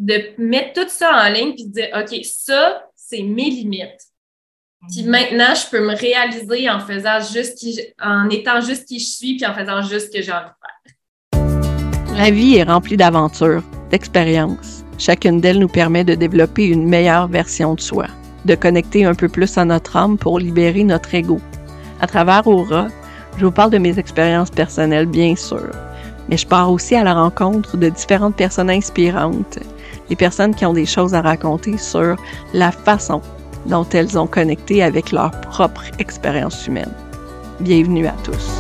de mettre tout ça en ligne puis de dire, OK, ça, c'est mes limites. Puis maintenant, je peux me réaliser en faisant en étant juste qui je suis puis en faisant juste ce que j'ai envie de faire. La vie est remplie d'aventures, d'expériences. Chacune d'elles nous permet de développer une meilleure version de soi, de connecter un peu plus à notre âme pour libérer notre ego. À travers Aura, je vous parle de mes expériences personnelles, bien sûr, mais je pars aussi à la rencontre de différentes personnes inspirantes, des personnes qui ont des choses à raconter sur la façon dont elles ont connecté avec leur propre expérience humaine. Bienvenue à tous.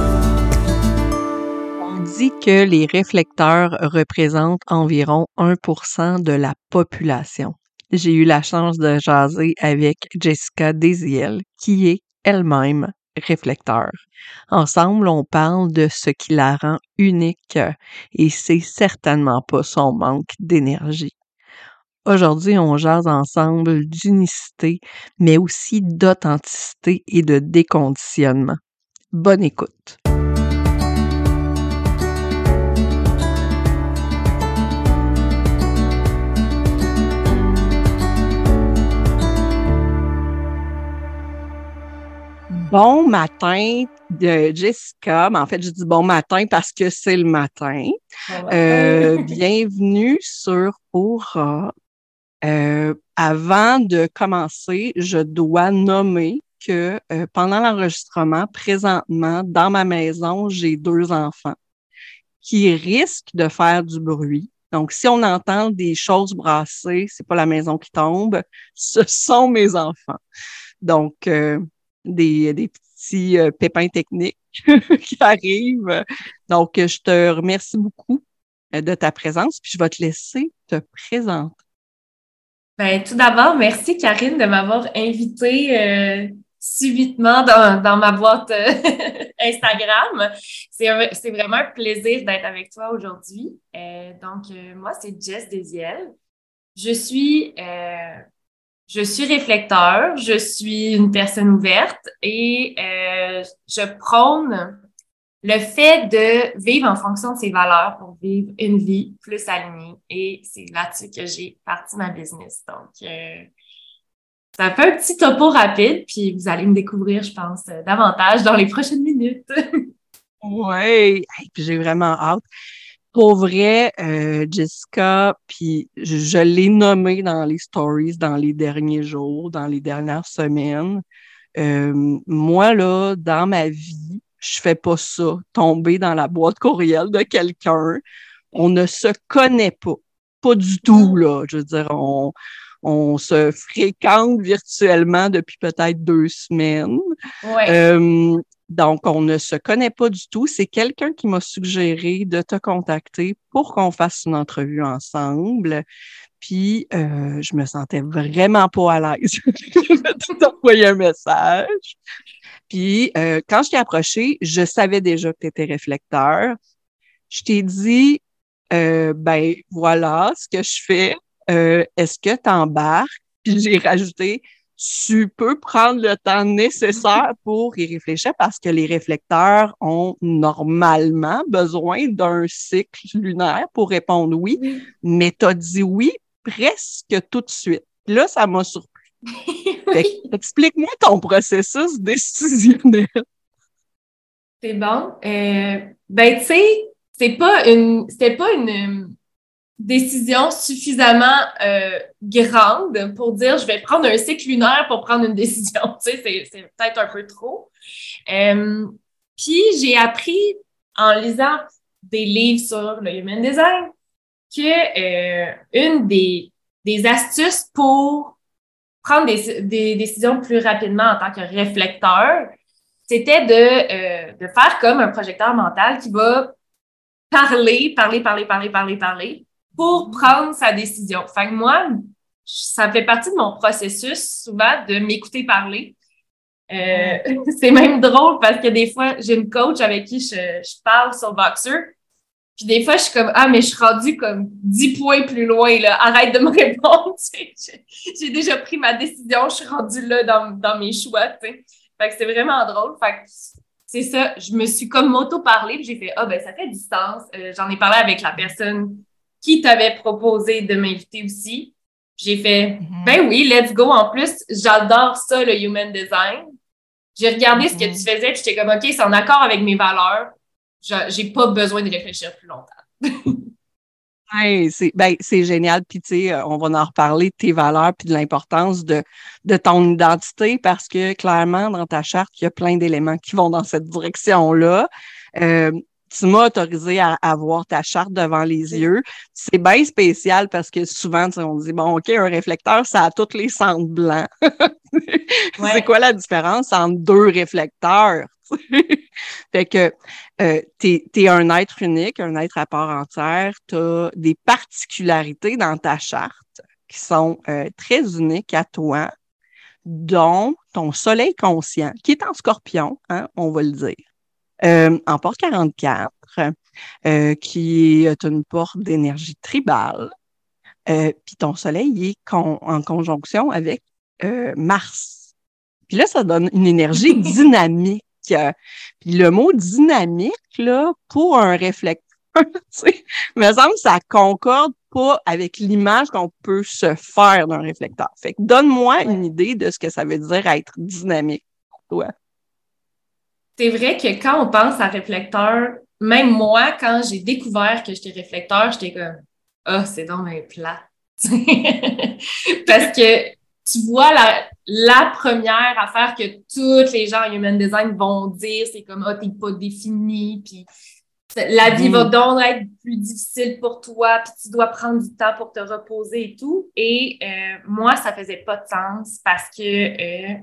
On dit que les réflecteurs représentent environ 1% de la population. J'ai eu la chance de jaser avec Jessica Désiel, qui est elle-même réflecteur. Ensemble, on parle de ce qui la rend unique et c'est certainement pas son manque d'énergie. Aujourd'hui, on jase ensemble d'unicité, mais aussi d'authenticité et de déconditionnement. Bonne écoute! Bon matin de Jessica, mais en fait, je dis bon matin parce que c'est le matin. Bon matin. Bienvenue sur Aura. Avant de commencer, je dois nommer que pendant l'enregistrement, présentement, dans ma maison, j'ai 2 enfants qui risquent de faire du bruit. Donc, si on entend des choses brasser, c'est pas la maison qui tombe, ce sont mes enfants. Donc, des petits pépins techniques qui arrivent. Donc, je te remercie beaucoup de ta présence, puis je vais te laisser te présenter. Ben, tout d'abord, merci Karine de m'avoir invitée subitement dans ma boîte Instagram. C'est vraiment un plaisir d'être avec toi aujourd'hui. Moi, c'est Jess Désiel. Je suis réflecteur, je suis une personne ouverte et je prône le fait de vivre en fonction de ses valeurs pour vivre une vie plus alignée. Et c'est là-dessus que j'ai parti ma business. Donc, ça fait un petit topo rapide, puis vous allez me découvrir, je pense, davantage dans les prochaines minutes. Ouais, puis j'ai vraiment hâte. Pour vrai, Jessica, puis je l'ai nommé dans les stories dans les derniers jours, dans les dernières semaines. Moi, là, dans ma vie, je fais pas ça, tomber dans la boîte courriel de quelqu'un. On ne se connaît pas du tout, là. Je veux dire, on se fréquente virtuellement depuis peut-être 2 semaines. Ouais. Donc, on ne se connaît pas du tout. C'est quelqu'un qui m'a suggéré de te contacter pour qu'on fasse une entrevue ensemble. Puis, je me sentais vraiment pas à l'aise. Je vais t'envoyer un message. Puis, quand je t'ai approché, je savais déjà que tu étais réflecteur. Je t'ai dit, ben voilà ce que je fais. Est-ce que tu embarques? Puis j'ai rajouté, tu peux prendre le temps nécessaire pour y réfléchir parce que les réflecteurs ont normalement besoin d'un cycle lunaire pour répondre oui, mais tu as dit oui presque tout de suite. Là, ça m'a surpris. Oui. Explique-moi ton processus décisionnel. C'est bon. Ben, tu sais, c'était pas une décision suffisamment grande pour dire je vais prendre un cycle lunaire pour prendre une décision. Tu sais, c'est peut-être un peu trop. Puis j'ai appris en lisant des livres sur le human design que une des astuces pour prendre des décisions plus rapidement en tant que réflecteur, c'était de faire comme un projecteur mental qui va parler pour prendre sa décision. Fait que moi, ça fait partie de mon processus souvent de m'écouter parler. C'est même drôle parce que des fois, j'ai une coach avec qui je parle sur Voxer. Puis des fois, je suis comme, ah, mais je suis rendue comme 10 points plus loin, là. Arrête de me répondre. J'ai déjà pris ma décision. Je suis rendue là dans mes choix, tu sais. Fait que c'est vraiment drôle. Fait que c'est ça. Je me suis comme m'auto-parlé. Puis j'ai fait, ah, ben, ça fait du sens. J'en ai parlé avec la personne qui t'avait proposé de m'inviter aussi. J'ai fait, ben oui, let's go. En plus, j'adore ça, le human design. J'ai regardé ce que tu faisais, puis j'étais comme, OK, c'est en accord avec mes valeurs. J'ai pas besoin de réfléchir plus longtemps. Ouais, c'est génial. Puis, tu sais, on va en reparler de tes valeurs puis de l'importance de ton identité parce que clairement, dans ta charte, il y a plein d'éléments qui vont dans cette direction-là. Tu m'as autorisé à voir ta charte devant les yeux. C'est bien spécial parce que souvent, tu sais, on dit, bon, OK, un réflecteur, ça a tous les centres blancs. C'est quoi la différence entre deux réflecteurs? Fait que t'es un être unique, un être à part entière. Tu as des particularités dans ta charte qui sont très uniques à toi, dont ton soleil conscient, qui est en scorpion, hein, on va le dire, en porte 44, qui est une porte d'énergie tribale. Puis ton soleil il est en conjonction avec Mars. Puis là, ça donne une énergie dynamique. Puis le mot dynamique, là, pour un réflecteur, me semble que ça concorde pas avec l'image qu'on peut se faire d'un réflecteur. Fait que donne-moi une idée de ce que ça veut dire être dynamique pour toi. C'est vrai que quand on pense à réflecteur, même moi, quand j'ai découvert que j'étais réflecteur, j'étais comme, ah, c'est donc bien plat. Parce que tu vois, la première affaire que tous les gens en human design vont dire, c'est comme, ah, t'es pas défini, puis la vie va donc être plus difficile pour toi, puis tu dois prendre du temps pour te reposer et tout. Et moi, ça faisait pas de sens parce que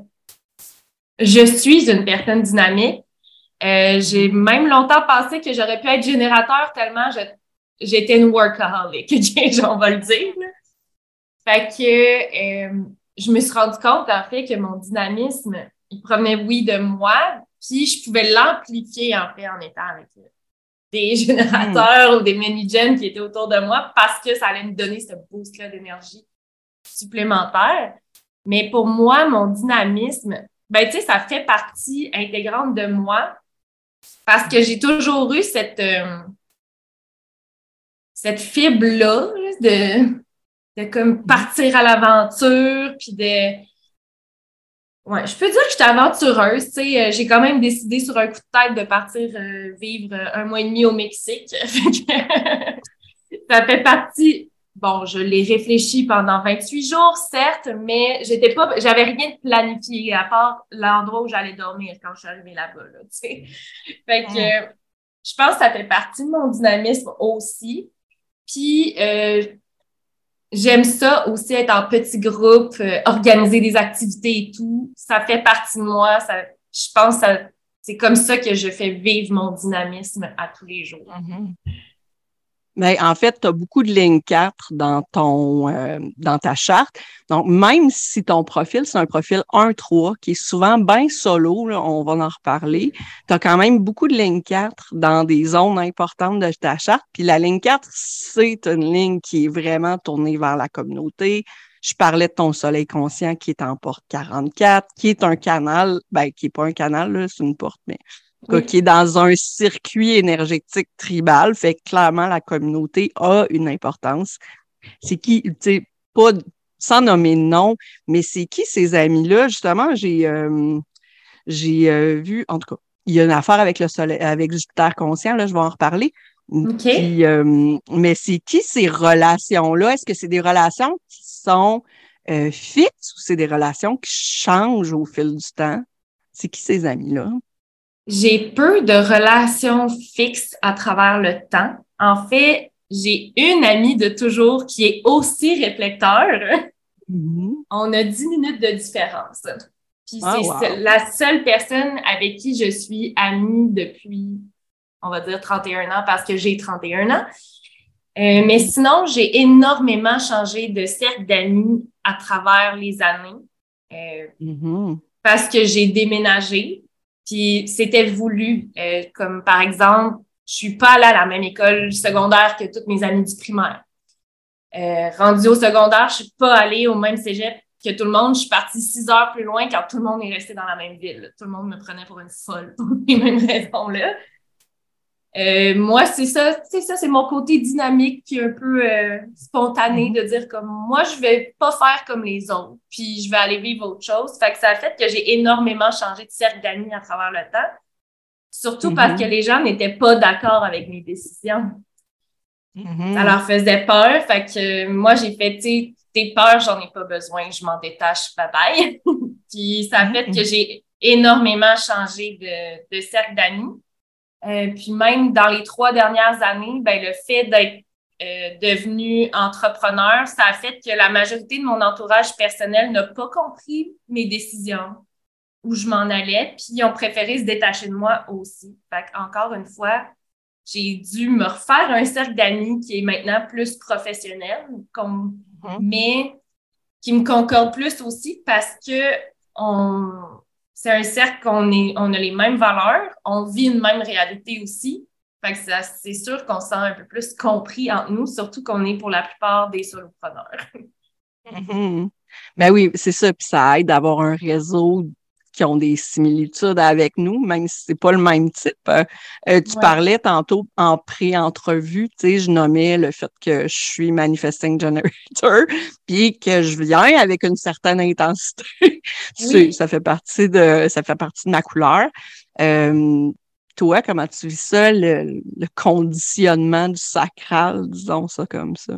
je suis une personne dynamique. J'ai même longtemps pensé que j'aurais pu être générateur tellement j'étais une workaholic, on va le dire. Là. Fait que je me suis rendu compte, en fait, que mon dynamisme, il provenait, oui, de moi, puis je pouvais l'amplifier, en fait, en étant avec des générateurs ou des mini-gens qui étaient autour de moi parce que ça allait me donner ce boost-là d'énergie supplémentaire. Mais pour moi, mon dynamisme, ben, tu sais, ça fait partie intégrante de moi parce que j'ai toujours eu cette fibre-là de comme partir à l'aventure, puis de... Ouais, je peux dire que j'étais aventureuse, tu sais, j'ai quand même décidé sur un coup de tête de partir vivre 1 mois et demi au Mexique. Ça fait partie... Bon, je l'ai réfléchi pendant 28 jours, certes, mais j'avais rien de planifié à part l'endroit où j'allais dormir quand je suis arrivée là-bas, là, tu sais. Fait que je pense que ça fait partie de mon dynamisme aussi. Puis, j'aime ça aussi, être en petit groupe, organiser des activités et tout. Ça fait partie de moi. Je pense que c'est comme ça que je fais vivre mon dynamisme à tous les jours. Mais en fait, tu as beaucoup de lignes 4 dans ta charte. Donc, même si ton profil, c'est un profil 1-3, qui est souvent bien solo, là, on va en reparler, tu as quand même beaucoup de lignes 4 dans des zones importantes de ta charte. Puis la ligne 4, c'est une ligne qui est vraiment tournée vers la communauté. Je parlais de ton soleil conscient qui est en porte 44, qui est un canal, ben, qui n'est pas un canal, là, c'est une porte, mais qui est dans un circuit énergétique tribal, fait que clairement, la communauté a une importance. C'est qui, tu sais, pas sans nommer de nom, mais c'est qui ces amis-là? Justement, j'ai vu, en tout cas, il y a une affaire avec le soleil, avec Jupiter conscient, là, je vais en reparler. OK. Puis, mais c'est qui ces relations-là? Est-ce que c'est des relations qui sont fixes ou c'est des relations qui changent au fil du temps? C'est qui ces amis-là? J'ai peu de relations fixes à travers le temps. En fait, j'ai une amie de toujours qui est aussi réflecteur. On a 10 minutes de différence. Puis c'est la seule personne avec qui je suis amie depuis, on va dire, 31 ans parce que j'ai 31 ans. Mais sinon, j'ai énormément changé de cercle d'amis à travers les années parce que j'ai déménagé. Puis c'était voulu. Comme par exemple, je suis pas allée à la même école secondaire que toutes mes amies du primaire. Rendue au secondaire, je suis pas allée au même cégep que tout le monde. Je suis partie 6 heures plus loin quand tout le monde est resté dans la même ville. Tout le monde me prenait pour une folle pour les mêmes raisons-là. Moi, c'est ça, c'est mon côté dynamique puis un peu spontané de dire comme moi, je vais pas faire comme les autres, puis je vais aller vivre autre chose. Fait que ça a fait que j'ai énormément changé de cercle d'amis à travers le temps, surtout parce que les gens n'étaient pas d'accord avec mes décisions. Ça leur faisait peur, fait que moi, j'ai fait, tu sais, tes peurs, j'en ai pas besoin, je m'en détache, bye bye. Puis ça a fait que j'ai énormément changé de cercle d'amis. Puis même dans les 3 dernières années, ben, le fait d'être devenue entrepreneur, ça a fait que la majorité de mon entourage personnel n'a pas compris mes décisions, où je m'en allais, puis ils ont préféré se détacher de moi aussi. Fait encore une fois, j'ai dû me refaire un cercle d'amis qui est maintenant plus professionnel, mais qui me concorde plus aussi parce que c'est un cercle on a les mêmes valeurs, on vit une même réalité aussi. Fait que c'est sûr qu'on se sent un peu plus compris entre nous, surtout qu'on est pour la plupart des solopreneurs. Ben oui, c'est ça. Puis ça aide d'avoir un réseau qui ont des similitudes avec nous, même si c'est pas le même type. Tu parlais tantôt en pré-entrevue, tu sais, je nommais le fait que je suis manifesting generator, puis que je viens avec une certaine intensité. Oui. Ça fait partie de ma couleur. Toi, comment tu vis ça, le conditionnement du sacral, disons ça comme ça?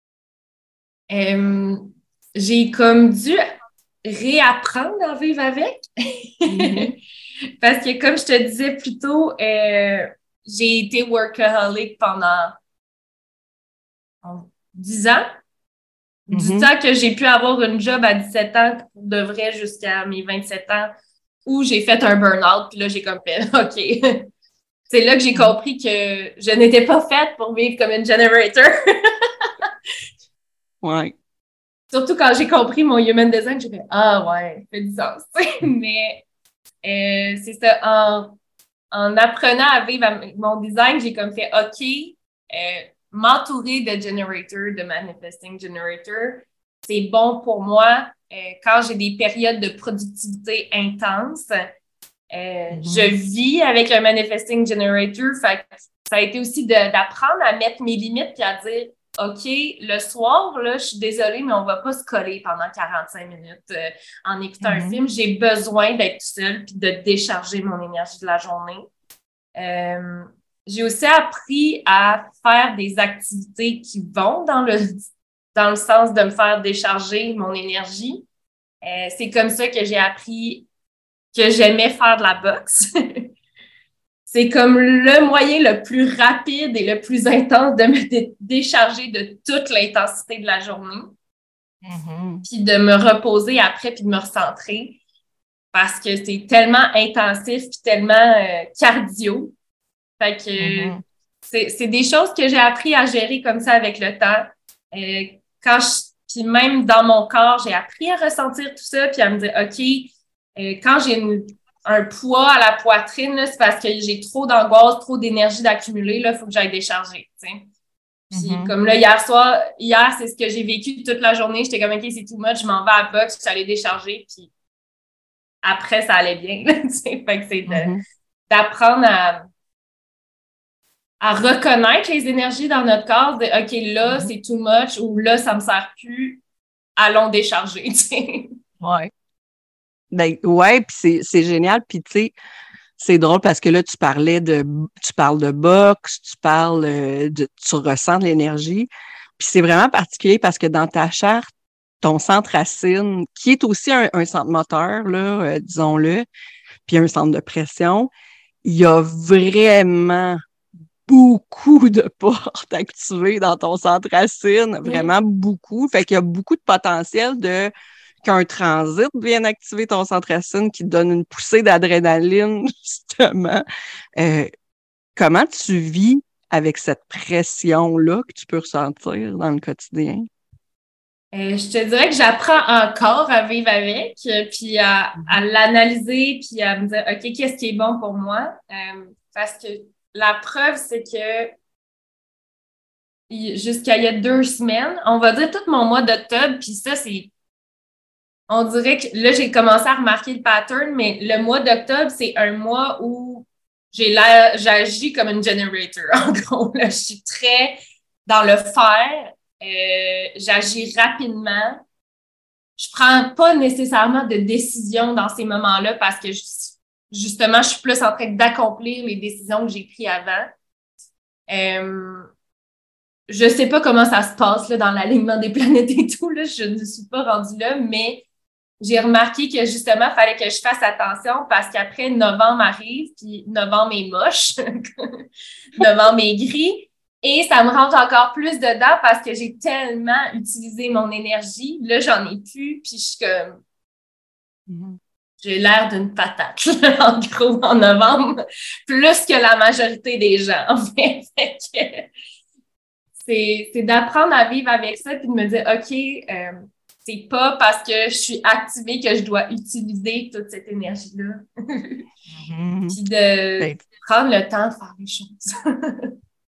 J'ai comme dû réapprendre à vivre avec. Parce que comme je te disais plus tôt, j'ai été workaholic pendant 10 ans. Du temps que j'ai pu avoir une job à 17 ans, pour de vrai jusqu'à mes 27 ans, où j'ai fait un burn-out, puis là, j'ai comme fait, OK. C'est là que j'ai compris que je n'étais pas faite pour vivre comme une generator. Ouais. Surtout quand j'ai compris mon human design, j'ai fait ah ouais, ça fait du sens. Mais c'est ça, en apprenant à vivre avec mon design, j'ai comme fait OK, m'entourer de generator, de manifesting generator, c'est bon pour moi quand j'ai des périodes de productivité intense. Je vis avec un manifesting generator, fait que ça a été aussi d'apprendre à mettre mes limites puis à dire OK, le soir, là, je suis désolée, mais on va pas se coller pendant 45 minutes en écoutant un film. J'ai besoin d'être seule puis de décharger mon énergie de la journée. J'ai aussi appris à faire des activités qui vont dans le sens de me faire décharger mon énergie. C'est comme ça que j'ai appris que j'aimais faire de la boxe. C'est comme le moyen le plus rapide et le plus intense de me décharger de toute l'intensité de la journée. Puis de me reposer après puis de me recentrer parce que c'est tellement intensif puis tellement cardio. Fait que c'est des choses que j'ai appris à gérer comme ça avec le temps. Puis même dans mon corps, j'ai appris à ressentir tout ça puis à me dire, OK, quand j'ai un poids à la poitrine, là, c'est parce que j'ai trop d'angoisse, trop d'énergie d'accumuler, là, il faut que j'aille décharger, tu sais. Puis comme là, hier, c'est ce que j'ai vécu toute la journée. J'étais comme, OK, c'est too much, je m'en vais à la boxe, je suis allée décharger, puis après, ça allait bien, tu sais. Fait que c'est d'apprendre à reconnaître les énergies dans notre corps, de OK, là, c'est too much, ou là, ça me sert plus, allons décharger, tu sais. Ouais. Ben, ouais, puis c'est génial. Puis, tu sais, c'est drôle parce que là, tu parles de boxe, tu ressens de l'énergie. Puis c'est vraiment particulier parce que dans ta charte, ton centre racine, qui est aussi un centre moteur, là, disons-le, puis un centre de pression, il y a vraiment beaucoup de portes activées dans ton centre racine, vraiment beaucoup. Fait qu'il y a beaucoup de potentiel qu'un transit vienne activer ton centre racine qui te donne une poussée d'adrénaline, justement. Comment tu vis avec cette pression-là que tu peux ressentir dans le quotidien? Je te dirais que j'apprends encore à vivre avec, puis à l'analyser, puis à me dire, OK, qu'est-ce qui est bon pour moi? Parce que la preuve, c'est que jusqu'à il y a 2 semaines, on va dire tout mon mois d'octobre, puis ça, on dirait que là, j'ai commencé à remarquer le pattern, mais le mois d'octobre, c'est un mois où j'agis comme une generator, en gros. Là. Je suis très dans le faire. J'agis rapidement. Je prends pas nécessairement de décision dans ces moments-là parce que justement, je suis plus en train d'accomplir les décisions que j'ai prises avant. Je sais pas comment ça se passe là, dans l'alignement des planètes et tout, là, je ne suis pas rendue là, mais j'ai remarqué que justement, il fallait que je fasse attention parce qu'après, novembre arrive, puis novembre est moche, novembre est gris, et ça me rentre encore plus dedans parce que j'ai tellement utilisé mon énergie. Là, j'en ai plus, puis je suis comme... J'ai l'air d'une patate, là, en gros, en novembre, plus que la majorité des gens, en fait. Fait que c'est d'apprendre à vivre avec ça, puis de me dire, OK, c'est pas parce que je suis activée que je dois utiliser toute cette énergie-là. Puis de prendre le temps de faire les choses.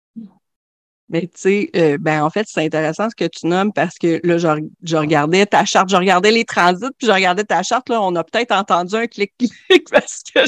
Mais tu sais, en fait, c'est intéressant ce que tu nommes parce que là, je regardais ta charte, je regardais les transits, puis je regardais ta charte, là, on a peut-être entendu un clic-clic parce que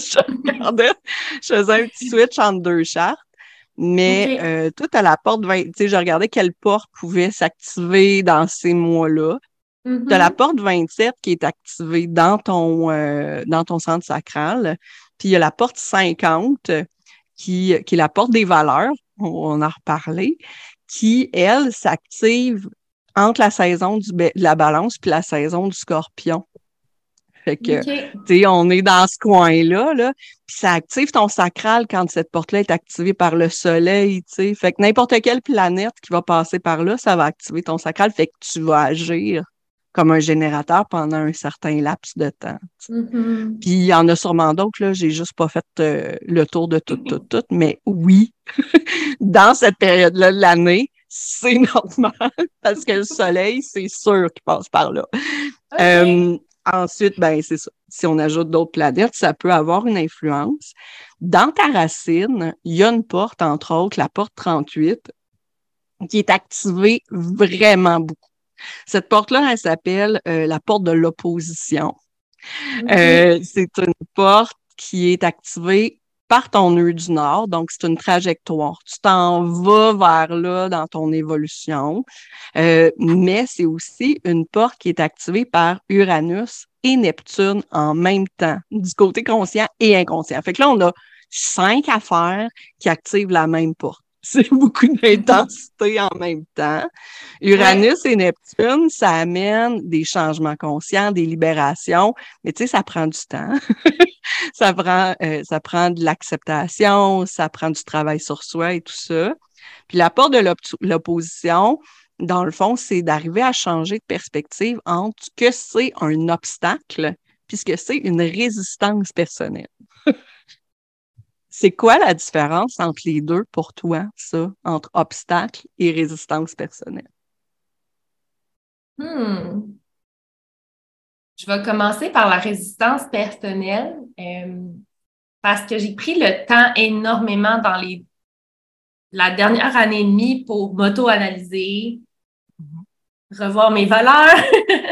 je faisais un petit switch entre deux chartes. Mais toi, à la porte 20, tu sais, je regardais quelle porte pouvait s'activer dans ces mois-là. Mm-hmm. Tu as la porte 27 qui est activée dans ton centre sacral. Puis il y a la porte 50 qui est la porte des valeurs, on en a reparlé, qui, elle, s'active entre la saison de la balance puis la saison du scorpion. Fait que, tu sais, on est dans ce coin-là, là, puis ça active ton sacral quand cette porte-là est activée par le soleil, tu sais. Fait que n'importe quelle planète qui va passer par là, ça va activer ton sacral, fait que tu vas agir comme un générateur pendant un certain laps de temps. Mm-hmm. Puis il y en a sûrement d'autres, là, j'ai juste pas fait le tour de tout, mais oui, dans cette période-là de l'année, c'est normal parce que le soleil, c'est sûr qu'il passe par là. Okay. Ensuite, c'est ça. Si on ajoute d'autres planètes, ça peut avoir une influence. Dans ta racine, il y a une porte, entre autres, la porte 38, qui est activée vraiment beaucoup. Cette porte-là, elle s'appelle la porte de l'opposition. Okay. C'est une porte qui est activée par ton nœud du Nord, donc c'est une trajectoire. Tu t'en vas vers là dans ton évolution, mais c'est aussi une porte qui est activée par Uranus et Neptune en même temps, du côté conscient et inconscient. Fait que là, on a 5 affaires qui activent la même porte. C'est beaucoup d'intensité en même temps. Uranus et Neptune, ça amène des changements conscients, des libérations, mais tu sais, ça prend du temps. Ça prend de l'acceptation, ça prend du travail sur soi et tout ça. Puis l'apport de l'opposition, dans le fond, c'est d'arriver à changer de perspective entre ce que c'est un obstacle puis ce que c'est une résistance personnelle. C'est quoi la différence entre les deux pour toi, ça, entre obstacle et résistance personnelle? Je vais commencer par la résistance personnelle parce que j'ai pris le temps énormément dans la dernière année et demie pour m'auto-analyser, revoir mes valeurs.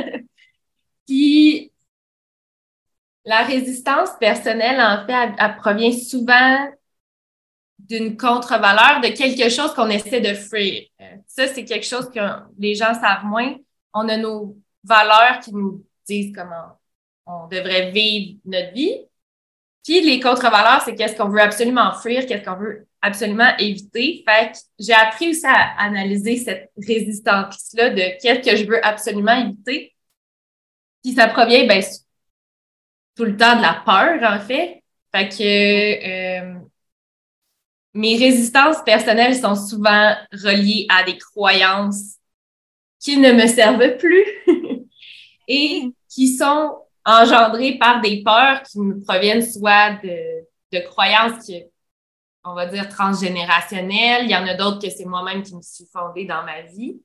Puis la résistance personnelle, en fait, elle provient souvent d'une contre-valeur, de quelque chose qu'on essaie de fuir. Ça, c'est quelque chose que les gens savent moins. On a nos valeurs qui nous disent comment on devrait vivre notre vie. Puis les contre-valeurs, c'est qu'est-ce qu'on veut absolument fuir, qu'est-ce qu'on veut absolument éviter. Fait que j'ai appris aussi à analyser cette résistance-là de qu'est-ce que je veux absolument éviter. Puis ça provient, tout le temps de la peur, en fait. Fait que mes résistances personnelles sont souvent reliées à des croyances qui ne me servent plus et qui sont engendrées par des peurs qui me proviennent soit de croyances qui, on va dire, transgénérationnelles. Il y en a d'autres que c'est moi-même qui me suis fondée dans ma vie.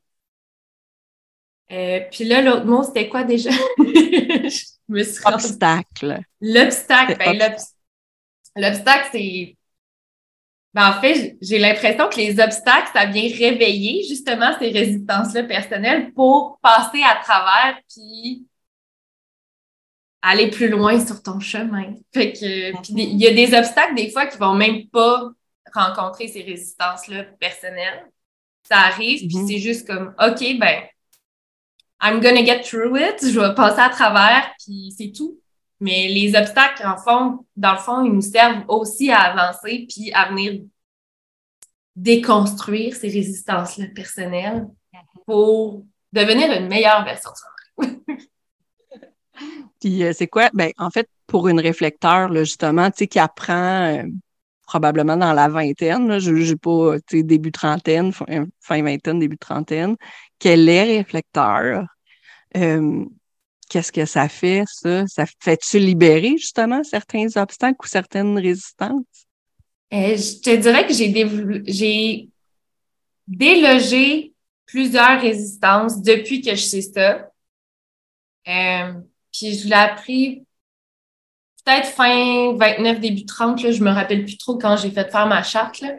Puis là, l'autre mot, c'était quoi déjà? Je me suis Obstacle. L'obstacle. L'obstacle, c'est... en fait, j'ai l'impression que les obstacles, ça vient réveiller justement ces résistances-là personnelles pour passer à travers puis aller plus loin sur ton chemin. Fait que, puis il y a des obstacles des fois qui vont même pas rencontrer ces résistances-là personnelles. Ça arrive, puis c'est juste comme, OK, ben, I'm gonna get through it, je vais passer à travers, puis c'est tout. Mais les obstacles, dans le fond, ils nous servent aussi à avancer, puis à venir déconstruire ces résistances-là personnelles pour devenir une meilleure version de soi. Puis c'est quoi? Ben, en fait, pour une réflecteur, là, justement, tu sais, qui apprend probablement dans la vingtaine, là, je n'ai pas, tu sais, début trentaine, fin vingtaine, début trentaine, qu'elle est réflecteur. Qu'est-ce que ça fait, ça? Ça fait-tu libérer, justement, certains obstacles ou certaines résistances? Je te dirais que j'ai délogé plusieurs résistances depuis que je sais ça. Puis je l'ai appris peut-être fin 29, début 30, là, je me rappelle plus trop quand j'ai fait faire ma charte, là.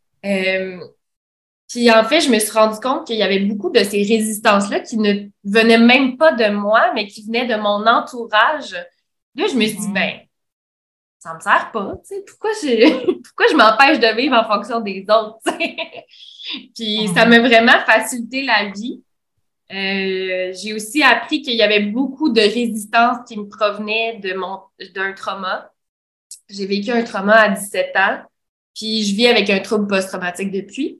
Puis en fait, je me suis rendu compte qu'il y avait beaucoup de ces résistances-là qui ne venaient même pas de moi, mais qui venaient de mon entourage. Là, je me suis dit, ben, ça me sert pas, tu sais, pourquoi je m'empêche de vivre en fonction des autres, tu sais? Puis ça m'a vraiment facilité la vie. J'ai aussi appris qu'il y avait beaucoup de résistances qui me provenaient d'un trauma. J'ai vécu un trauma à 17 ans, puis je vis avec un trouble post-traumatique depuis.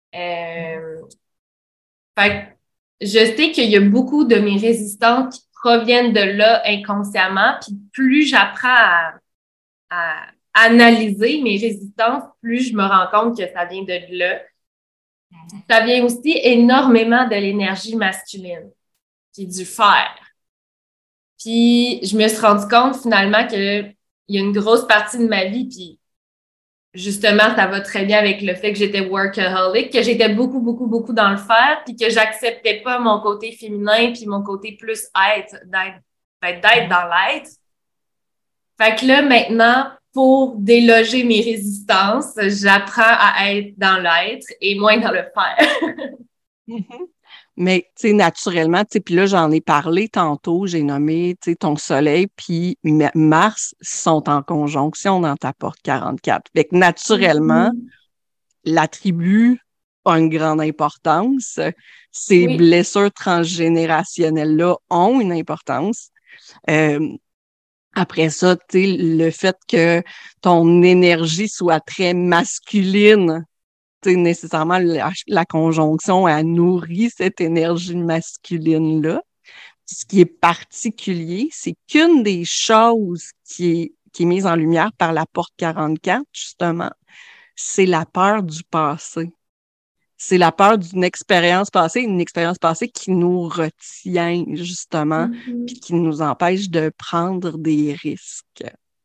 Fait que je sais qu'il y a beaucoup de mes résistances qui proviennent de là inconsciemment, puis plus j'apprends à analyser mes résistances, plus je me rends compte que ça vient de là. Ça vient aussi énormément de l'énergie masculine, qui est du fer. Puis je me suis rendu compte finalement qu'il y a une grosse partie de ma vie, puis justement, ça va très bien avec le fait que j'étais workaholic, que j'étais beaucoup, beaucoup, beaucoup dans le faire, puis que j'acceptais pas mon côté féminin, puis mon côté plus d'être dans l'être. Fait que là, maintenant, pour déloger mes résistances, j'apprends à être dans l'être et moins dans le faire. Mais, tu sais, naturellement, tu sais, puis là, j'en ai parlé tantôt, j'ai nommé, tu sais, ton soleil puis Mars sont en conjonction dans ta porte 44. Fait que naturellement, l'attribut a une grande importance. Ces Oui. blessures transgénérationnelles-là ont une importance. Après ça, tu sais, le fait que ton énergie soit très masculine, tu sais, nécessairement, la conjonction, elle nourrit cette énergie masculine-là. Ce qui est particulier, c'est qu'une des choses qui est mise en lumière par la porte 44, justement, c'est la peur du passé. C'est la peur d'une expérience passée, une expérience passée qui nous retient, justement, puis qui nous empêche de prendre des risques.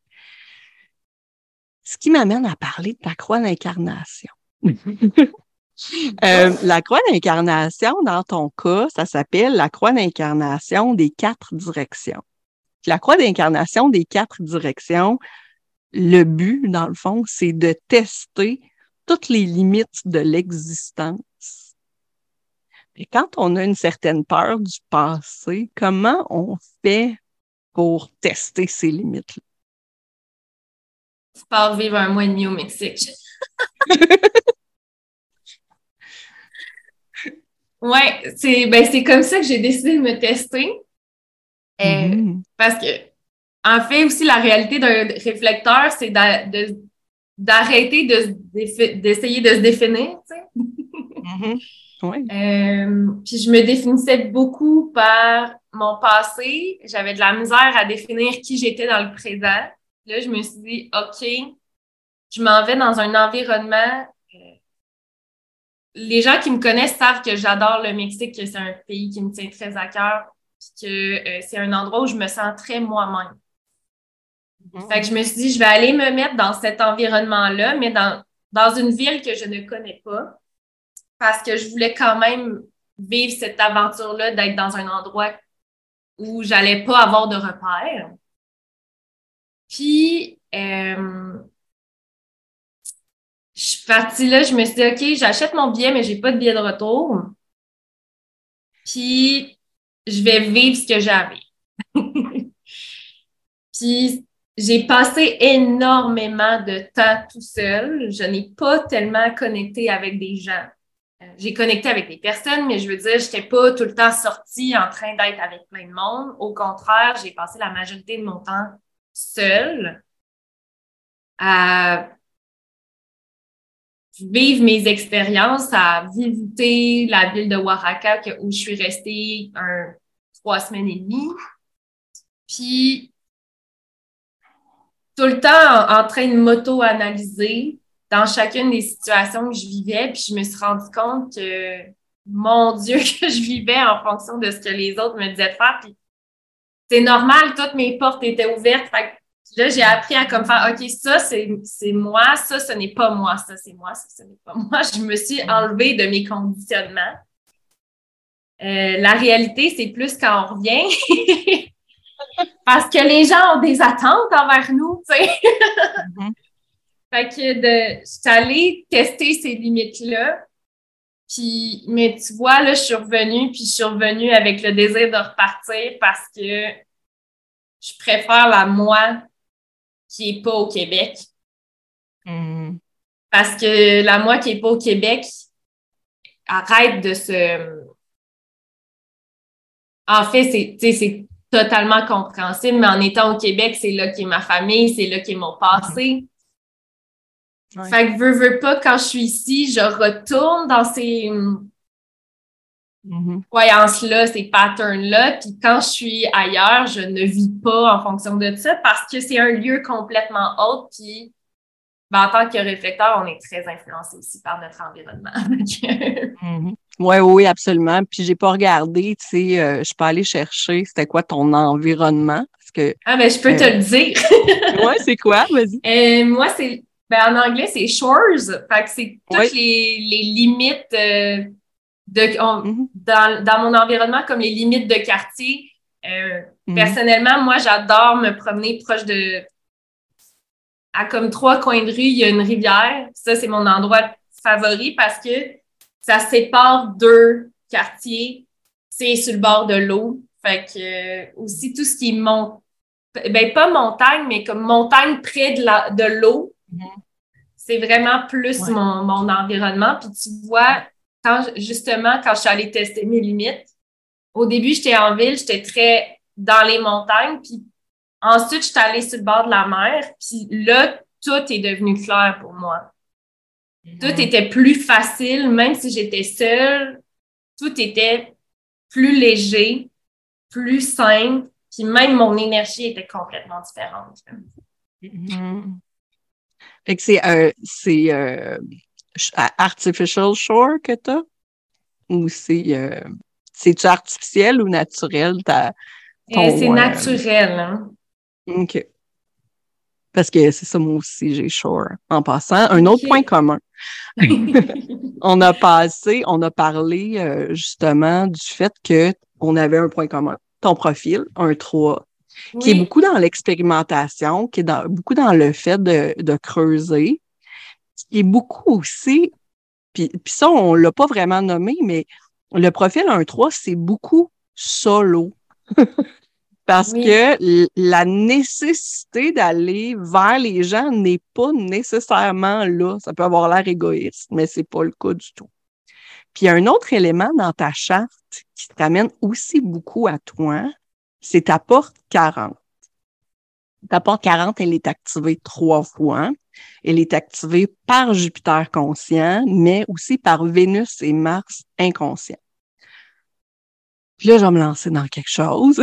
Ce qui m'amène à parler de ta croix d'incarnation. La croix d'incarnation, dans ton cas, ça s'appelle la croix d'incarnation des 4 directions. La croix d'incarnation des 4 directions, le but, dans le fond, c'est de tester toutes les limites de l'existence. Et quand on a une certaine peur du passé, comment on fait pour tester ces limites-là? Tu pars vivre 1 mois et demi au Mexique. Ouais, c'est comme ça que j'ai décidé de me tester. Parce que, en fait, aussi, la réalité d'un réflecteur, c'est d'arrêter d'essayer de se définir, tu sais. Ouais. Puis je me définissais beaucoup par mon passé. J'avais de la misère à définir qui j'étais dans le présent. Là, je me suis dit, OK, je m'en vais dans un environnement. Les gens qui me connaissent savent que j'adore le Mexique, que c'est un pays qui me tient très à cœur, puis que c'est un endroit où je me sens très moi-même. Fait que je me suis dit, je vais aller me mettre dans cet environnement-là, mais dans une ville que je ne connais pas, parce que je voulais quand même vivre cette aventure-là d'être dans un endroit où j'allais pas avoir de repères. Puis, je suis partie là, je me suis dit, OK, j'achète mon billet, mais j'ai pas de billet de retour. Puis, je vais vivre ce que j'avais. Puis, j'ai passé énormément de temps tout seul. Je n'ai pas tellement connecté avec des gens. J'ai connecté avec des personnes, mais je veux dire, je n'étais pas tout le temps sortie en train d'être avec plein de monde. Au contraire, j'ai passé la majorité de mon temps seule à vivre mes expériences, à visiter la ville de Oaxaca où je suis restée 3 semaines et demie. Puis, tout le temps en train de m'auto-analyser dans chacune des situations que je vivais. Puis, je me suis rendu compte que, mon Dieu, que je vivais en fonction de ce que les autres me disaient de faire. Puis, c'est normal, toutes mes portes étaient ouvertes. Fait que là, j'ai appris à comme faire, OK, ça, c'est moi, ça, ce n'est pas moi, ça, c'est moi, ça, ce n'est pas moi. Je me suis enlevée de mes conditionnements. La réalité, c'est plus quand on revient. Parce que les gens ont des attentes envers nous, tu sais. Mm-hmm. Fait que je suis allée tester ces limites-là. Puis, mais tu vois, là, je suis revenue avec le désir de repartir parce que je préfère la moi qui est pas au Québec. Mm-hmm. Parce que la moi qui est pas au Québec arrête de se... En fait, c'est totalement compréhensible, mais en étant au Québec, c'est là qu'est ma famille, c'est là qu'est mon passé. Ouais. Fait que veux pas, quand je suis ici, je retourne dans ces croyances-là, ces patterns-là, puis quand je suis ailleurs, je ne vis pas en fonction de ça parce que c'est un lieu complètement autre, puis en tant que réflecteur, on est très influencé aussi par notre environnement. Oui, absolument. Puis j'ai pas regardé, tu sais, je peux aller chercher c'était quoi ton environnement. Parce que, ben je peux te le dire. Ouais, c'est quoi? Vas-y. Moi, en anglais, c'est shores. Fait que c'est toutes les limites dans mon environnement, comme les limites de quartier. Personnellement, moi, j'adore me promener proche à comme 3 coins de rue, il y a une rivière. Ça, c'est mon endroit favori parce que ça sépare 2 quartiers. C'est sur le bord de l'eau. Fait que aussi tout ce qui monte, ben pas montagne, mais comme montagne près de l'eau. C'est vraiment plus mon environnement. Puis tu vois, quand je suis allée tester mes limites, au début, j'étais en ville, j'étais très dans les montagnes. Puis ensuite, je suis allée sur le bord de la mer. Puis là, tout est devenu clair pour moi. Tout était plus facile, même si j'étais seule. Tout était plus léger, plus simple. Puis même mon énergie était complètement différente. Fait que c'est artificial shore que t'as? Ou c'est-tu artificiel ou naturel C'est naturel. Hein? OK. Parce que c'est ça, moi aussi, j'ai shore. En passant, un autre point commun. On a parlé justement du fait qu'on avait un point commun. Ton profil, un 3, qui est beaucoup dans l'expérimentation, qui est beaucoup dans le fait de creuser, qui est beaucoup aussi, puis ça, on l'a pas vraiment nommé, mais le profil 1-3, c'est beaucoup solo. Parce que la nécessité d'aller vers les gens n'est pas nécessairement là. Ça peut avoir l'air égoïste, mais c'est pas le cas du tout. Puis il y a un autre élément dans ta charte qui te ramène aussi beaucoup à toi, c'est ta porte 40. Ta porte 40, elle est activée 3 fois. Elle est activée par Jupiter conscient, mais aussi par Vénus et Mars inconscient. Puis là, je vais me lancer dans quelque chose.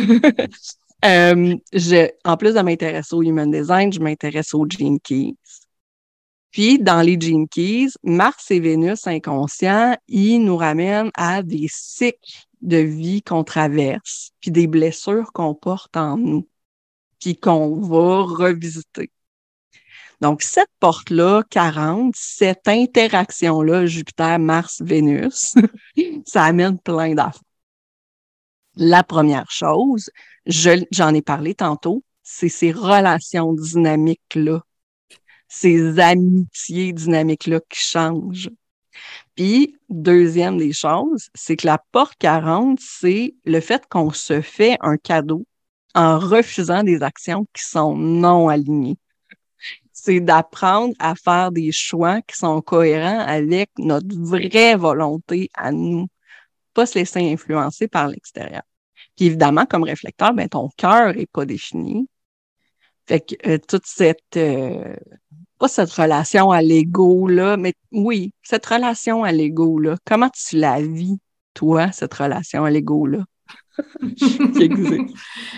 En plus de m'intéresser au Human Design, je m'intéresse aux Gene Keys. Puis, dans les Gene Keys, Mars et Vénus inconscients, ils nous ramènent à des cycles de vie qu'on traverse, puis des blessures qu'on porte en nous, puis qu'on va revisiter. Donc, cette porte-là, 40, cette interaction-là, Jupiter, Mars, Vénus, ça amène plein d'affaires. La première chose, j'en ai parlé tantôt, c'est ces relations dynamiques-là, ces amitiés dynamiques-là qui changent. Puis, deuxième des choses, c'est que la porte 40, c'est le fait qu'on se fait un cadeau en refusant des actions qui sont non alignées. C'est d'apprendre à faire des choix qui sont cohérents avec notre vraie volonté à nous, pas se laisser influencer par l'extérieur. Puis évidemment, comme réflecteur, ben ton cœur est pas défini. Fait que toute cette pas cette relation à l'ego-là, mais oui, cette relation à l'ego-là, comment tu la vis, toi, cette relation à l'ego-là qui existe?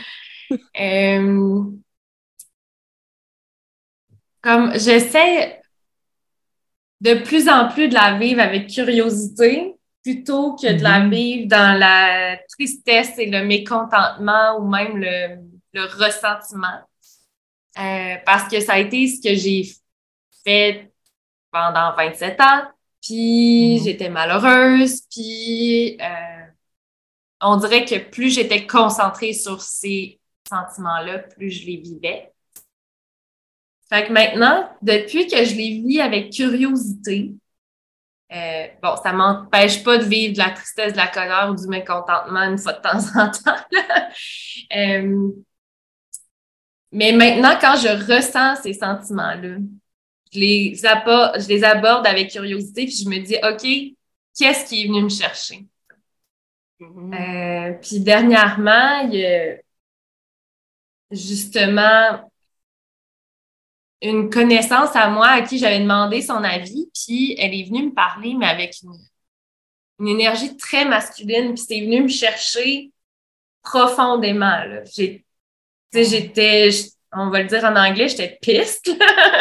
Comme j'essaie de plus en plus de la vivre avec curiosité plutôt que de la vivre dans la tristesse et le mécontentement ou même le ressentiment. Parce que ça a été ce que j'ai fait pendant 27 ans, puis j'étais malheureuse, puis on dirait que plus j'étais concentrée sur ces sentiments-là, plus je les vivais. Fait que maintenant, depuis que je les vis avec curiosité, bon, ça m'empêche pas de vivre de la tristesse, de la colère ou du mécontentement une fois de temps en temps. Mais maintenant, quand je ressens ces sentiments-là, je les aborde avec curiosité, puis je me dis, OK, qu'est-ce qui est venu me chercher? Puis dernièrement, il y a justement une connaissance à moi à qui j'avais demandé son avis, puis elle est venue me parler, mais avec une énergie très masculine, puis c'est venu me chercher profondément. Là. On va le dire en anglais, j'étais piste.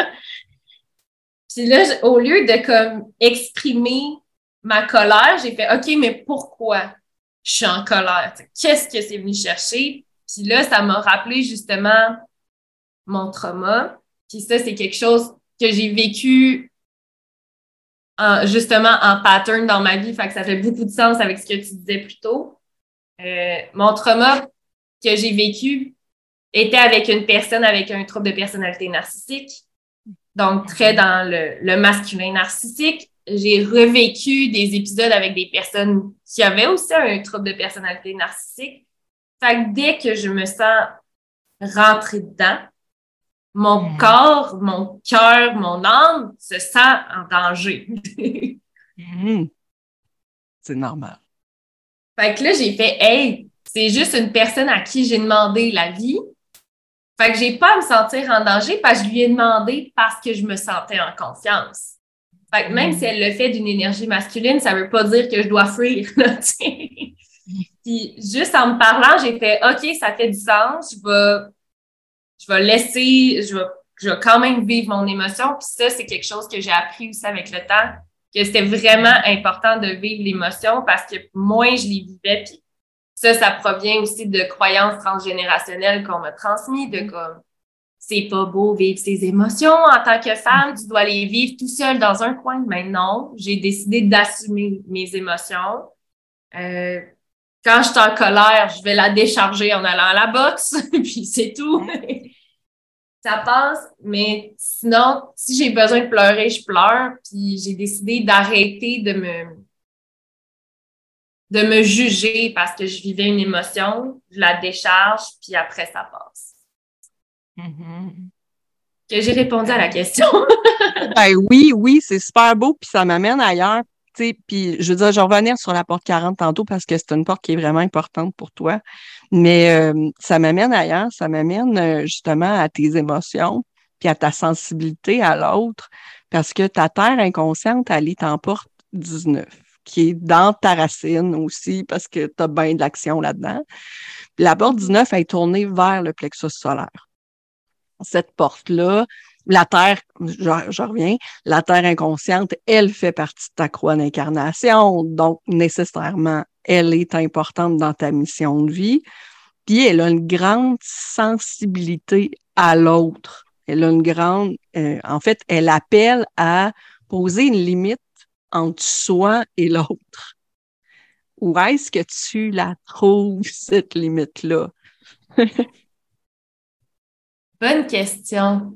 Puis là, au lieu de comme exprimer ma colère, j'ai fait OK, mais pourquoi je suis en colère? Qu'est-ce que c'est venu chercher? Puis là, ça m'a rappelé justement mon trauma. Puis ça, c'est quelque chose que j'ai vécu justement en pattern dans ma vie. Fait que ça fait beaucoup de sens avec ce que tu disais plus tôt. Mon trauma que j'ai vécu était avec une personne avec un trouble de personnalité narcissique. Donc, très dans le masculin narcissique. J'ai revécu des épisodes avec des personnes qui avaient aussi un trouble de personnalité narcissique. Fait que dès que je me sens rentrée dedans, mon corps, mon cœur, mon âme se sent en danger. C'est normal. Fait que là, j'ai fait, hey, c'est juste une personne à qui j'ai demandé la vie. Fait que j'ai pas à me sentir en danger parce que je lui ai demandé parce que je me sentais en confiance. Fait que même si elle le fait d'une énergie masculine, ça veut pas dire que je dois fuir, là, Puis juste en me parlant, j'ai fait OK, ça fait du sens, je vais laisser, je vais quand même vivre mon émotion. Puis ça, c'est quelque chose que j'ai appris aussi avec le temps, que c'était vraiment important de vivre l'émotion parce que moins je les vivais, puis ça provient aussi de croyances transgénérationnelles qu'on m'a transmises, de comme c'est pas beau vivre ses émotions en tant que femme, tu dois les vivre tout seul dans un coin. Mais non, j'ai décidé d'assumer mes émotions. Quand je suis en colère, je vais la décharger en allant à la boxe, puis c'est tout. Ça passe, mais sinon, si j'ai besoin de pleurer, je pleure, puis j'ai décidé d'arrêter de me juger parce que je vivais une émotion, je la décharge, puis après, ça passe. Que j'ai répondu à la question. Ben oui, c'est super beau, puis ça m'amène ailleurs. Puis je veux dire, je vais revenir sur la porte 40 tantôt parce que c'est une porte qui est vraiment importante pour toi. Mais ça m'amène ailleurs, ça m'amène justement à tes émotions, puis à ta sensibilité à l'autre, parce que ta terre inconsciente, elle est en porte 19, qui est dans ta racine aussi, parce que tu as bien de l'action là-dedans. Puis la porte 19, elle est tournée vers le plexus solaire. Cette porte-là, la Terre, je reviens, la Terre inconsciente, elle fait partie de ta croix d'incarnation, donc nécessairement, elle est importante dans ta mission de vie. Puis elle a une grande sensibilité à l'autre. Elle a une grande, en fait, elle appelle à poser une limite entre soi et l'autre. Où est-ce que tu la trouves, cette limite-là? Bonne question.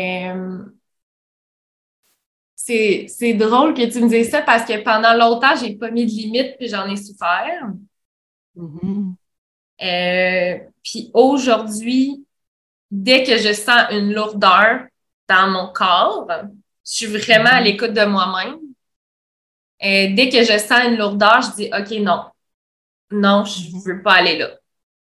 C'est drôle que tu me dises ça parce que pendant longtemps, j'ai pas mis de limite puis j'en ai souffert. Puis aujourd'hui, dès que je sens une lourdeur dans mon corps, je suis vraiment à l'écoute de moi-même. Et dès que je sens une lourdeur, je dis OK, non, je veux pas aller là.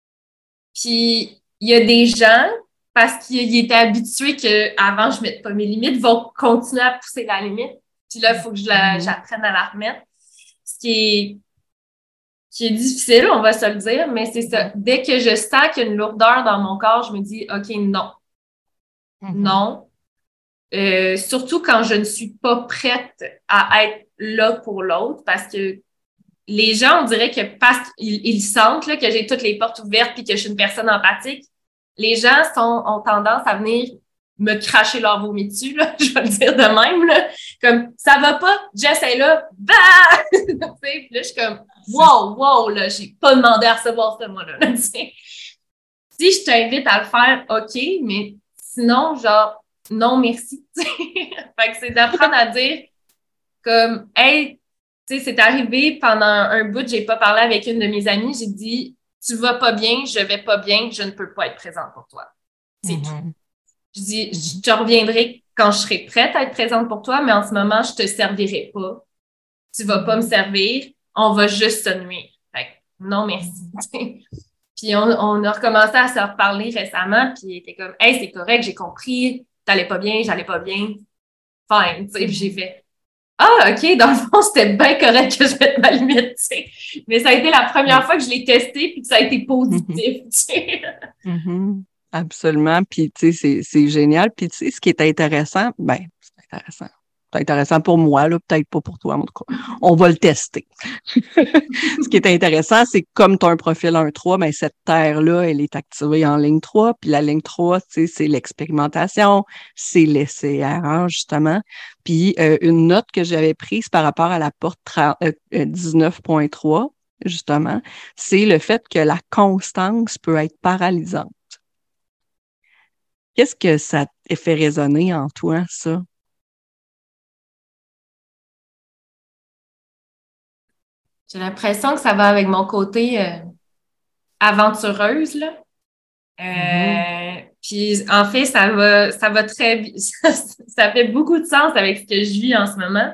Puis il y a des gens, parce qu'ils étaient habitués qu'avant je mette pas mes limites, vont continuer à pousser la limite. Puis là, il faut que j'apprenne à la remettre. Ce qui est difficile, on va se le dire, mais c'est ça. Dès que je sens qu'il y a une lourdeur dans mon corps, je me dis OK, non. Non. Surtout quand je ne suis pas prête à être là pour l'autre, parce que les gens, on dirait que parce qu'ils sentent là, que j'ai toutes les portes ouvertes puis que je suis une personne empathique, les gens ont tendance à venir me cracher leur vomi dessus, là, je vais le dire de même, là. Comme, ça va pas, j'essaie là, bah! Puis là, je suis comme, wow, là, j'ai pas demandé à recevoir ça, moi, là. Si je t'invite à le faire, OK, mais sinon, genre, non, merci. Fait que c'est d'apprendre à dire comme, hey, tu sais, c'est arrivé pendant un bout, j'ai pas parlé avec une de mes amies, j'ai dit, tu vas pas bien, je vais pas bien, je ne peux pas être présente pour toi. C'est tout. Je dis, je te reviendrai quand je serai prête à être présente pour toi, mais en ce moment, je te servirai pas. Tu vas pas me servir, on va juste se nuire. Fait que, non, merci. Puis on a recommencé à se reparler récemment, puis il était comme, hey, c'est correct, j'ai compris, t'allais pas bien, j'allais pas bien. Fine, tu sais, puis j'ai fait, ah, OK, dans le fond, c'était bien correct que je mette ma limite, tu sais. Mais ça a été la première fois que je l'ai testé puis que ça a été positif, tu sais. Absolument. Puis, tu sais, c'est génial. Puis, tu sais, ce qui est intéressant, c'est intéressant. C'est intéressant pour moi, là, peut-être pas pour toi, en tout cas. On va le tester. Ce qui est intéressant, c'est que comme tu as un profil 1-3, ben, cette terre-là, elle est activée en ligne 3. Puis la ligne 3, tu sais, c'est l'expérimentation, c'est l'essai-erreur, justement. Puis une note que j'avais prise par rapport à la porte 19.3, justement, c'est le fait que la constance peut être paralysante. Qu'est-ce que ça te fait résonner en toi, ça? J'ai l'impression que ça va avec mon côté aventureuse, là. Puis en fait, ça va très bien. Ça fait beaucoup de sens avec ce que je vis en ce moment.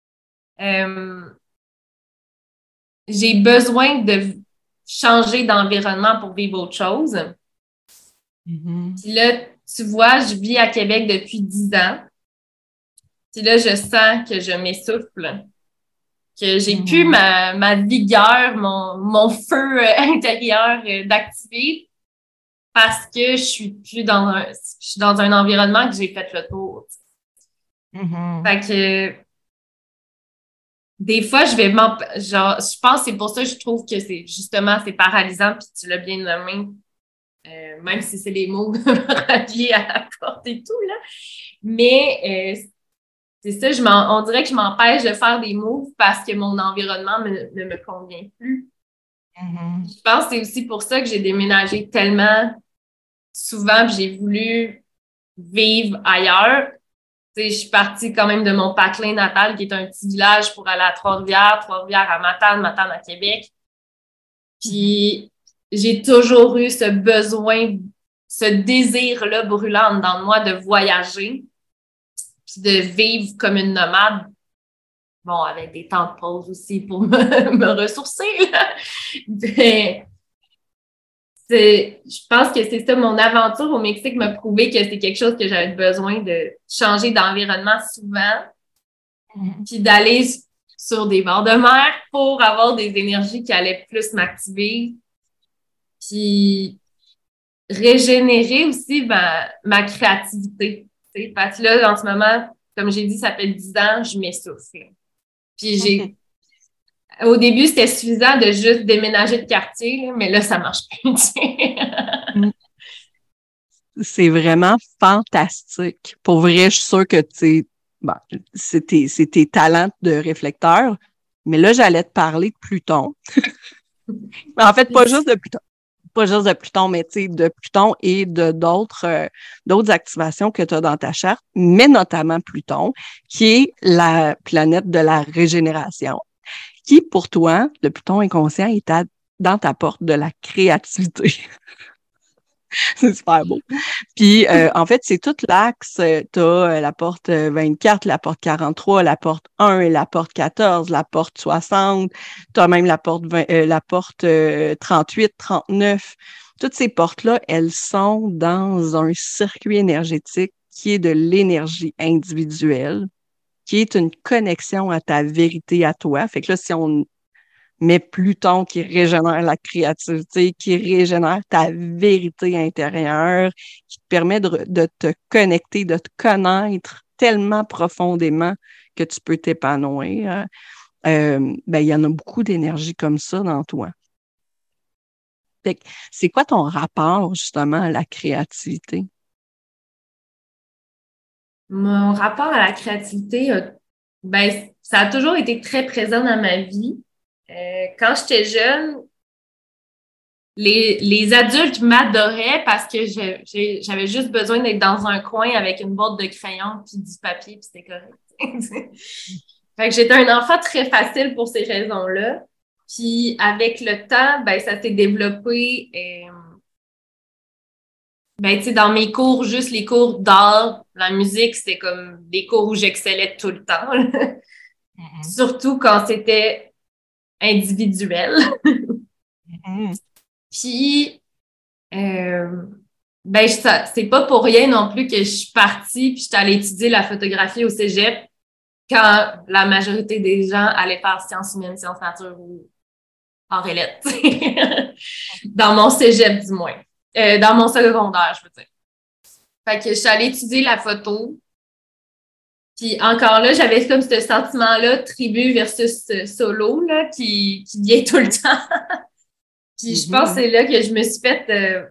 J'ai besoin de changer d'environnement pour vivre autre chose. Puis là, tu vois, je vis à Québec depuis 10 ans. Puis là, je sens que je m'essouffle, que j'ai plus ma vigueur, mon feu intérieur d'activer parce que je suis dans un environnement que j'ai fait le tour. Fait que des fois, je pense que c'est pour ça que je trouve que c'est paralysant, puis tu l'as bien nommé, même si c'est les mots reliés à la porte et tout, là. Mais c'est ça, on dirait que je m'empêche de faire des moves parce que mon environnement ne me convient plus. Je pense que c'est aussi pour ça que j'ai déménagé tellement souvent, puis j'ai voulu vivre ailleurs. Tu sais, je suis partie quand même de mon patelin natal, qui est un petit village, pour aller à Trois-Rivières, Trois-Rivières à Matane, Matane à Québec. Puis j'ai toujours eu ce besoin, ce désir-là brûlant dans moi de voyager, puis de vivre comme une nomade. Bon, avec des temps de pause aussi pour me ressourcer, là. Mais je pense que c'est ça, mon aventure au Mexique m'a prouvé que c'est quelque chose que j'avais besoin de changer d'environnement souvent, puis d'aller sur des bords de mer pour avoir des énergies qui allaient plus m'activer, puis régénérer aussi ma créativité. T'sais. Parce que là, en ce moment, comme j'ai dit, ça fait 10 ans, je m'essouffle. Puis au début, c'était suffisant de juste déménager de quartier, là, mais là, ça marche plus. C'est vraiment fantastique. Pour vrai, je suis sûre que c'est tes talents de réflecteur. Mais là, j'allais te parler de Pluton. En fait, pas juste de Pluton. Pas juste de Pluton, mais de Pluton et de d'autres activations que tu as dans ta charte, mais notamment Pluton, qui est la planète de la régénération, qui, pour toi, le Pluton inconscient, est dans ta porte de la créativité. C'est super beau. Puis, en fait, c'est tout l'axe. Tu as la porte 24, la porte 43, la porte 1 et la porte 14, la porte 60. Tu as même la porte 20, la porte 38, 39. Toutes ces portes-là, elles sont dans un circuit énergétique qui est de l'énergie individuelle, qui est une connexion à ta vérité à toi. Fait que là, si on met Pluton qui régénère la créativité, qui régénère ta vérité intérieure, qui te permet de te connecter, de te connaître tellement profondément que tu peux t'épanouir, ben, il y en a beaucoup d'énergie comme ça dans toi. Fait que, c'est quoi ton rapport justement à la créativité? Mon rapport à la créativité, ben, ça a toujours été très présent dans ma vie. Quand j'étais jeune, les adultes m'adoraient parce que j'avais juste besoin d'être dans un coin avec une boîte de crayons puis du papier, puis c'était correct. Fait que j'étais un enfant très facile pour ces raisons-là. Puis avec le temps, ben ça s'est développé. Ben, tu sais, dans mes cours, juste les cours d'art, la musique, c'était comme des cours où j'excellais tout le temps. Mm-hmm. Surtout quand c'était individuel. Mm-hmm. Puis, ben, c'est pas pour rien non plus que je suis partie puis je suis allée étudier la photographie au cégep quand la majorité des gens allaient faire sciences humaines, sciences nature ou arts et lettres. Dans mon cégep, du moins. Dans mon secondaire, je veux dire. Fait que je suis allée étudier la photo. Puis encore là, j'avais comme ce sentiment-là, tribu versus solo, là, qui vient tout le temps. Puis je pense que c'est là que je me suis fait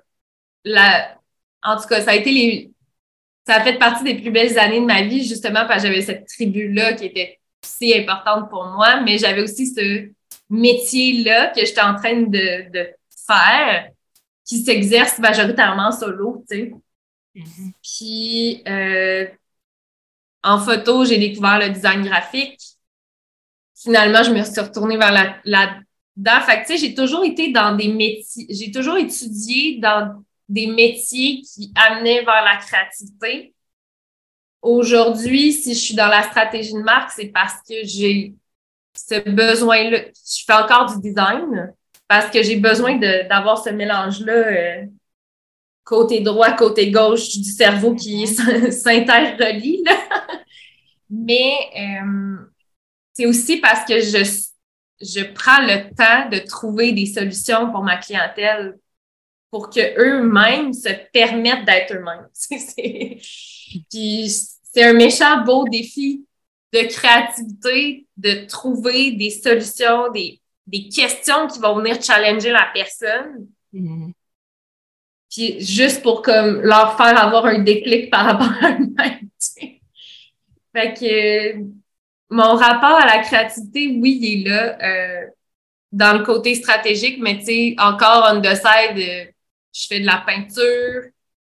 en tout cas, ça a fait partie des plus belles années de ma vie, justement, parce que j'avais cette tribu-là qui était si importante pour moi, mais j'avais aussi ce métier-là que j'étais en train de faire, qui s'exerce majoritairement solo, tu sais. Mm-hmm. Puis, en photo, j'ai découvert le design graphique. Finalement, je me suis retournée vers là-dedans. Fait que, tu sais, j'ai toujours été dans des métiers, j'ai toujours étudié dans des métiers qui amenaient vers la créativité. Aujourd'hui, si je suis dans la stratégie de marque, c'est parce que j'ai ce besoin-là. Je fais encore du design parce que j'ai besoin d'avoir ce mélange-là, côté droit, côté gauche du cerveau qui s'interrelie, là. Mais c'est aussi parce que je prends le temps de trouver des solutions pour ma clientèle pour qu'eux-mêmes se permettent d'être eux-mêmes. Puis c'est un méchant beau défi de créativité, de trouver des solutions, des questions qui vont venir challenger la personne. Mm-hmm. Puis juste pour comme leur faire avoir un déclic par rapport à eux-mêmes. Fait que mon rapport à la créativité, oui, il est là dans le côté stratégique, mais tu sais, encore on the side, je fais de la peinture,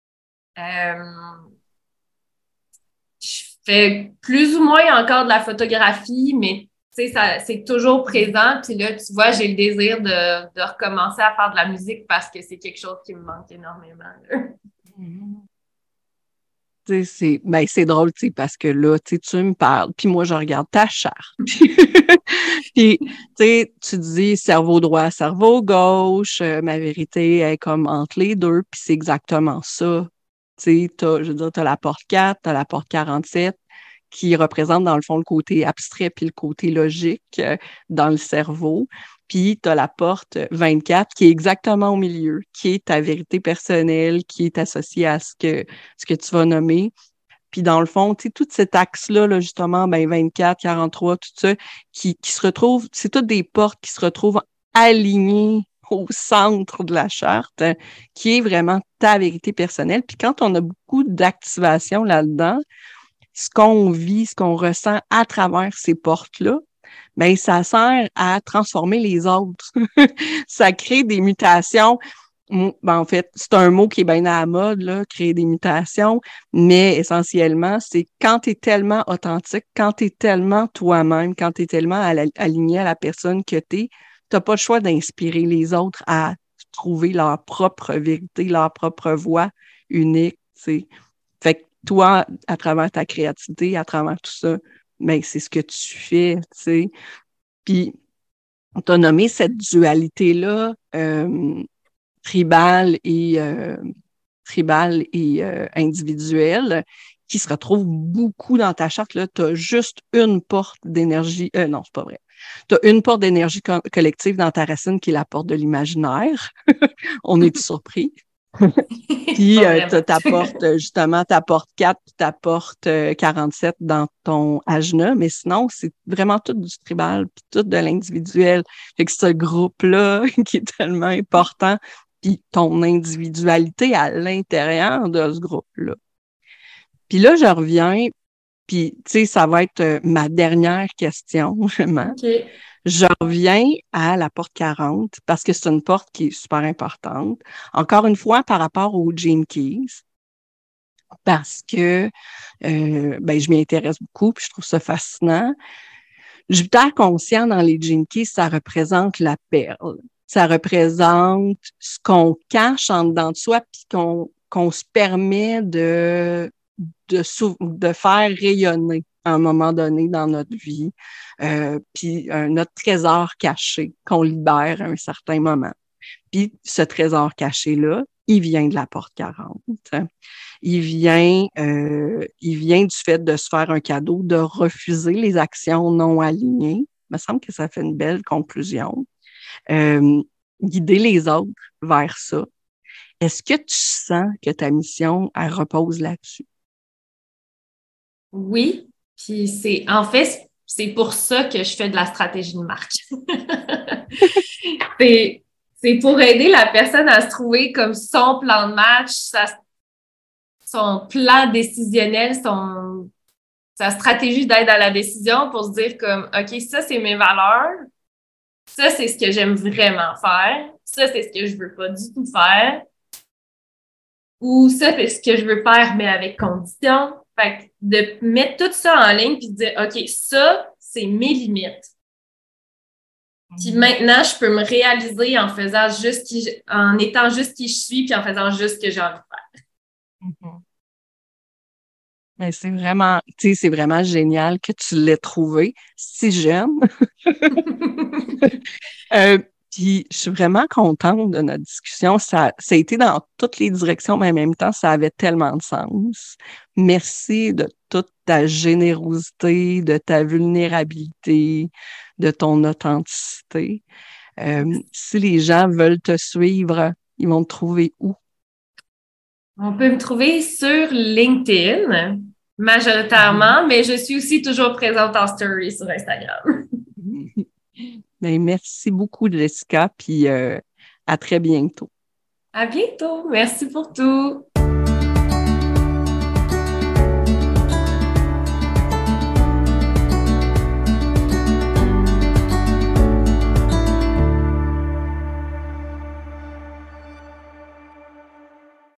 je fais plus ou moins encore de la photographie, mais tu sais, c'est toujours présent. Puis là, tu vois, j'ai le désir de recommencer à faire de la musique parce que c'est quelque chose qui me manque énormément. C'est drôle, tu sais, parce que là, tu me parles, puis moi, je regarde ta charte. Puis, tu dis cerveau droit, cerveau gauche, ma vérité est comme entre les deux, puis c'est exactement ça. Tu sais, je veux dire, t'as la porte 4, t'as la porte 47, qui représente dans le fond le côté abstrait puis le côté logique dans le cerveau. Puis tu as la porte 24 qui est exactement au milieu, qui est ta vérité personnelle, qui est associée à ce que tu vas nommer. Puis dans le fond, tu sais, tout cet axe-là, là, justement, ben 24, 43, tout ça, qui se retrouve, c'est toutes des portes qui se retrouvent alignées au centre de la charte, qui est vraiment ta vérité personnelle. Puis quand on a beaucoup d'activation là-dedans, ce qu'on vit, ce qu'on ressent à travers ces portes-là, ben ça sert à transformer les autres. Ça crée des mutations. Ben, en fait, c'est un mot qui est bien à la mode, là, créer des mutations, mais essentiellement, c'est quand tu es tellement authentique, quand tu es tellement toi-même, quand tu es tellement aligné à la personne que tu es, tu n'as pas le choix d'inspirer les autres à trouver leur propre vérité, leur propre voix unique, tu sais. Fait que toi, à travers ta créativité, à travers tout ça, ben, c'est ce que tu fais, tu sais. Puis, tu as nommé cette dualité-là, tribale et individuelle, qui se retrouve beaucoup dans ta charte. Tu as juste une porte d'énergie. Non, c'est pas vrai. Tu as une porte d'énergie collective dans ta racine qui est la porte de l'imaginaire. On est surpris. Puis Pas tu vraiment. t'apportes justement ta porte 4 puis ta porte 47 dans ton ajna, mais sinon, c'est vraiment tout du tribal puis tout de l'individuel. Fait que ce groupe-là qui est tellement important, puis ton individualité à l'intérieur de ce groupe-là. Puis là, je reviens, puis tu sais, ça va être ma dernière question, vraiment. OK. Je reviens à la porte 40 parce que c'est une porte qui est super importante. Encore une fois, par rapport aux Gene Keys, parce que ben, je m'y intéresse beaucoup puis je trouve ça fascinant. Jupiter conscient dans les Gene Keys, ça représente la perle. Ça représente ce qu'on cache en dedans de soi puis qu'on se permet de faire rayonner à un moment donné dans notre vie, puis notre trésor caché qu'on libère à un certain moment. Puis ce trésor caché-là, il vient de la porte 40. Il vient du fait de se faire un cadeau, de refuser les actions non alignées. Il me semble que ça fait une belle conclusion. Guider les autres vers ça. Est-ce que tu sens que ta mission, elle repose là-dessus? Oui, puis c'est pour ça que je fais de la stratégie de marque. c'est, c'est pour aider la personne à se trouver comme son plan de match, son plan décisionnel, sa stratégie d'aide à la décision pour se dire comme, OK, ça, c'est mes valeurs. Ça, c'est ce que j'aime vraiment faire. Ça, c'est ce que je veux pas du tout faire. Ou ça, c'est ce que je veux faire, mais avec condition. Fait que de mettre tout ça en ligne puis de dire, OK, ça, c'est mes limites. Puis maintenant, je peux me réaliser en faisant en étant juste qui je suis puis en faisant juste ce que j'ai envie de faire. Mm-hmm. Mais c'est vraiment génial que tu l'aies trouvé si jeune. Euh, Puis je suis vraiment contente de notre discussion. Ça a été dans toutes les directions, mais en même temps, ça avait tellement de sens. Merci de toute ta générosité, de ta vulnérabilité, de ton authenticité. Si les gens veulent te suivre, ils vont te trouver où? On peut me trouver sur LinkedIn, Mhm. majoritairement, mais je suis aussi toujours présente en story sur Instagram. Ben, merci beaucoup, Jessica, puis à très bientôt. À bientôt. Merci pour tout.